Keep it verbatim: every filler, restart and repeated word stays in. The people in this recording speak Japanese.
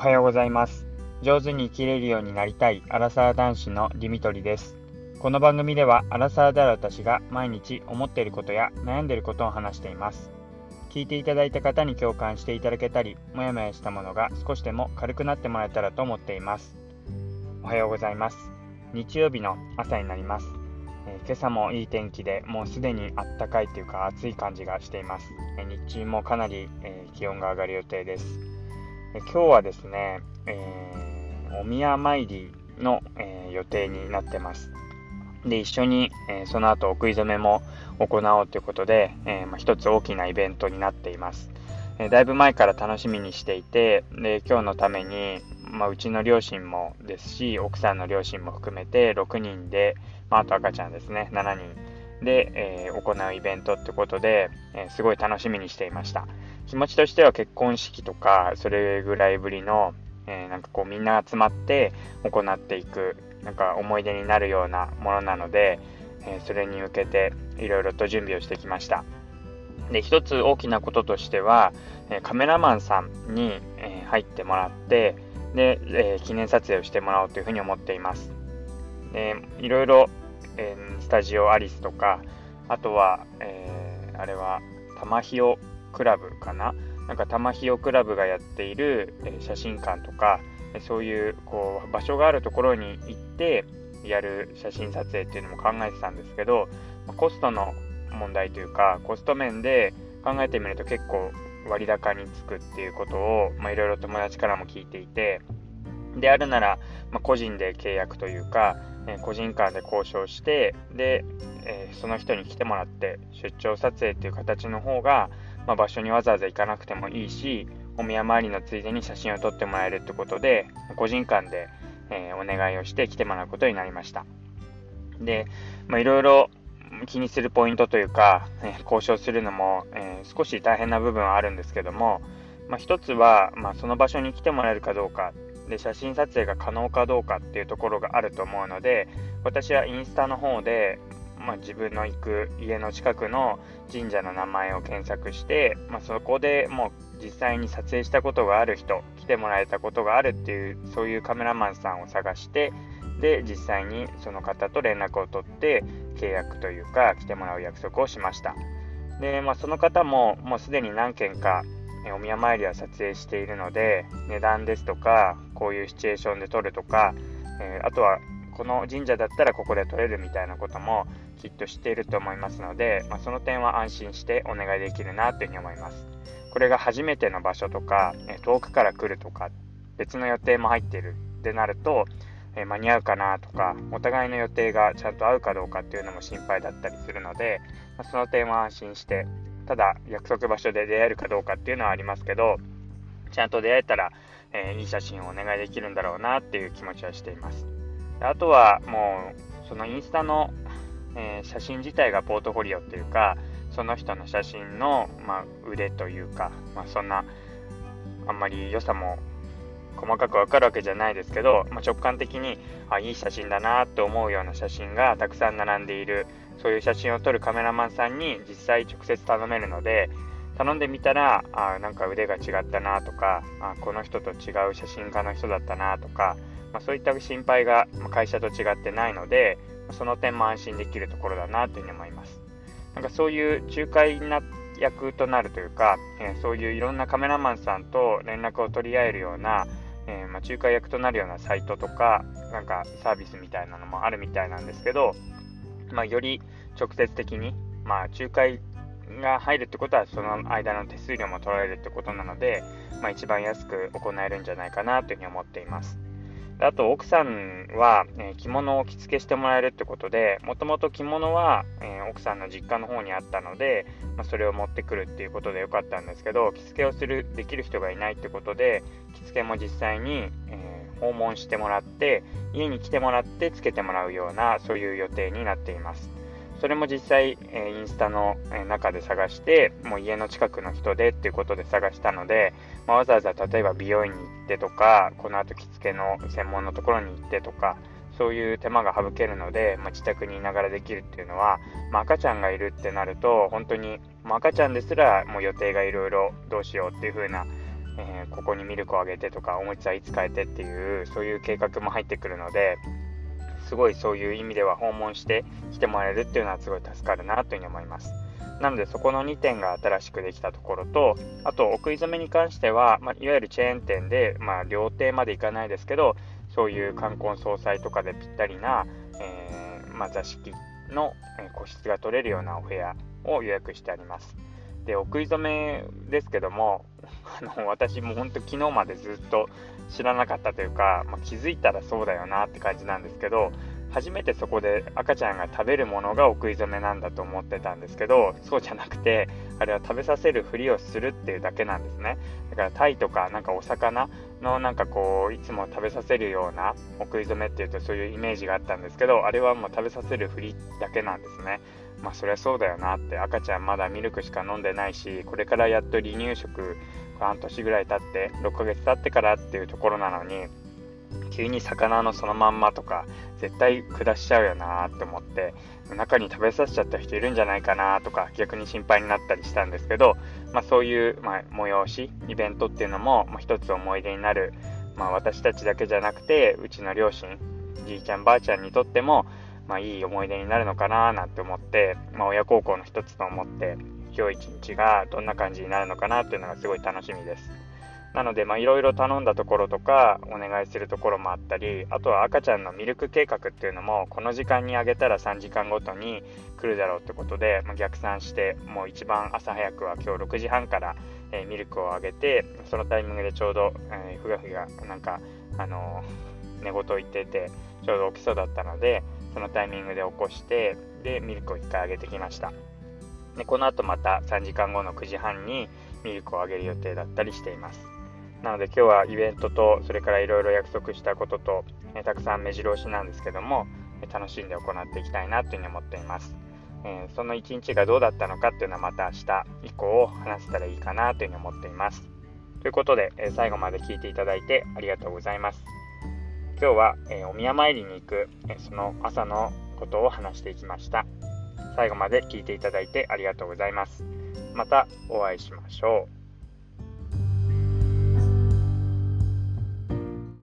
はようございます。上手に生きれるようになりたいアラサー男子のディミトリです。この番組ではアラサーである私が毎日思っていることや悩んでいることを話しています。聞いていただいた方に共感していただけたり、もやもやしたものが少しでも軽くなってもらえたらと思っています。おはようございます。日曜日の朝になります。えー、今朝もいい天気で、もうすでにあったかいというか暑い感じがしています。えー、日中もかなり、えー、気温が上がる予定です。えー、今日はですね、えー、お宮参りの、えー、予定になってます。で、一緒に、えー、その後お食い初めも行おうということで、えーまあ、一つ大きなイベントになっています。えー、だいぶ前から楽しみにしていて、で今日のために、まあ、うちの両親もですし、奥さんの両親も含めてろくにんで、まあ、あと赤ちゃんですね、しちにんで、えー、行うイベントってことで、えー、すごい楽しみにしていました。気持ちとしては結婚式とかそれぐらいぶりの、えー、なんかこうみんな集まって行っていく、なんか思い出になるようなものなので、えー、それに向けていろいろと準備をしてきました。で、一つ大きなこととしては、えー、カメラマンさんに、えー、入ってもらって、で、えー、記念撮影をしてもらおうというふうに思っています。で、いろいろ、えー、スタジオアリスとか、あとは、えー、あれは玉ひよクラブかななんか玉ひよクラブがやっている、えー、写真館とか、そういうこう場所があるところに行ってやる写真撮影っていうのも考えてたんですけど、コストの問題というか、コスト面で考えてみると結構割高につくっていうことを、まあ、いろいろ友達からも聞いていて、であるなら、まあ、個人で契約というか、えー、個人間で交渉して、で、えー、その人に来てもらって出張撮影っていう形の方が、まあ、場所にわざわざ行かなくてもいいし、お宮参りのついでに写真を撮ってもらえるってことで、個人間で、えー、お願いをして来てもらうことになりました。で、まあ、いろいろ気にするポイントというか、えー、交渉するのも、えー、少し大変な部分はあるんですけども、まあ、一つは、まあ、その場所に来てもらえるかどうかで、写真撮影が可能かどうかっていうところがあると思うので、私はインスタの方で、まあ、自分の行く家の近くの神社の名前を検索して、まあ、そこでもう実際に撮影したことがある人、来てもらえたことがあるっていう、そういうカメラマンさんを探して、で実際にその方と連絡を取って契約というか来てもらう約束をしました。で、まあ、その方ももうすでに何件かお宮参りは撮影しているので、値段ですとかこういうシチュエーションで撮るとか、えー、あとはこの神社だったらここで撮れるみたいなこともきっと知っていると思いますので、まあ、その点は安心してお願いできるなというふうに思います。これが初めての場所とか遠くから来るとか別の予定も入っているってなると、えー、間に合うかなとか、お互いの予定がちゃんと合うかどうかっていうのも心配だったりするので、まあ、その点は安心して、ただ約束場所で出会えるかどうかっていうのはありますけど、ちゃんと出会えたら、えー、いい写真をお願いできるんだろうなっていう気持ちはしています。あとはもうそのインスタの、えー、写真自体がポートフォリオっていうか、その人の写真の、まあ、腕というか、まあ、そんなあんまり良さも細かく分かるわけじゃないですけど、まあ、直感的にあいい写真だなと思うような写真がたくさん並んでいる、そういう写真を撮るカメラマンさんに実際直接頼めるので、頼んでみたらあなんか腕が違ったなとか、あこの人と違う写真家の人だったなとか、まあ、そういった心配が会社と違ってないので、その点も安心できるところだなというふうに思います。なんかそういう仲介な役となるというか、えー、そういういろんなカメラマンさんと連絡を取り合えるような、えーまあ、仲介役となるようなサイトとか、なんかサービスみたいなのもあるみたいなんですけど、まあ、より直接的に、まあ、仲介が入るってことはその間の手数料も取られるってことなので、まあ、一番安く行えるんじゃないかなというふうに思っています。あと奥さんは、えー、着物を着付けしてもらえるってことで、もともと着物は、えー、奥さんの実家の方にあったので、まあ、それを持ってくるっていうことでよかったんですけど、着付けをするできる人がいないってことで、着付けも実際に、えー、訪問してもらって、家に来てもらってつけてもらうような、そういう予定になっています。それも実際、えー、インスタの中で探して、もう家の近くの人でっていうことで探したので、まあ、わざわざ例えば美容院に行ってとか、この後着付けの専門のところに行ってとか、そういう手間が省けるので、まあ、自宅にいながらできるっていうのは、まあ、赤ちゃんがいるってなると本当に、まあ、赤ちゃんですらもう予定がいろいろどうしようっていう風なえー、ここにミルクをあげてとか、おむつはいつ替えてっていうそういう計画も入ってくるので、すごいそういう意味では訪問して来てもらえるっていうのはすごい助かるなというふうに思います。なのでそこのにてんが新しくできたところと、あとお食い初めに関しては、まあ、いわゆるチェーン店で、まあ、料亭までいかないですけど、そういう冠婚葬祭とかでぴったりな、えーまあ、座敷の個室が取れるようなお部屋を予約してあります。で、お食い初めですけども、あの私も本当昨日までずっと知らなかったというか、まあ、気づいたらそうだよなって感じなんですけど、初めてそこで赤ちゃんが食べるものがお食い初めなんだと思ってたんですけど、そうじゃなくて、あれは食べさせるふりをするっていうだけなんですね。だからタイとかなんかお魚のなんかこういつも食べさせるようなお食い初めっていうとそういうイメージがあったんですけど、あれはもう食べさせるふりだけなんですね。まあそりゃそうだよなって、赤ちゃんまだミルクしか飲んでないし、これからやっと離乳食半年ぐらい経ってろっかげつ経ってからっていうところなのに、急に魚のそのまんまとか絶対下しちゃうよなって思って、中に食べさせちゃった人いるんじゃないかなとか逆に心配になったりしたんですけど、まあ、そういう、まあ、催しイベントっていうのも、まあ、一つ思い出になる、まあ、私たちだけじゃなくてうちの両親、じいちゃんばあちゃんにとっても、まあ、いい思い出になるのかななんて思って、まあ、親孝行の一つと思って今日一日がどんな感じになるのかなっていうのがすごい楽しみです。なのでいろいろ頼んだところとかお願いするところもあったり、あとは赤ちゃんのミルク計画っていうのもこの時間にあげたらさんじかんごとに来るだろうってことで、まあ、逆算してもう一番朝早くは今日ろくじはんから、えー、ミルクをあげて、そのタイミングでちょうど、えー、ふがふがなんか、あのー、寝言言っててちょうど起きそうだったので、そのタイミングで起こしてでミルクをいっかいあげてきました。でこの後またさんじかんごのくじはんにミルクをあげる予定だったりしています。なので今日はイベントとそれからいろいろ約束したことと、えー、たくさん目白押しなんですけども、えー、楽しんで行っていきたいなというふうに思っています。えー、その一日がどうだったのかっていうのはまた明日以降話せたらいいかなというふうに思っています。ということで、えー、最後まで聞いていただいてありがとうございます。今日は、えー、お宮参りに行く、えー、その朝のことを話していきました。最後まで聞いていただいてありがとうございます。またお会いしましょう。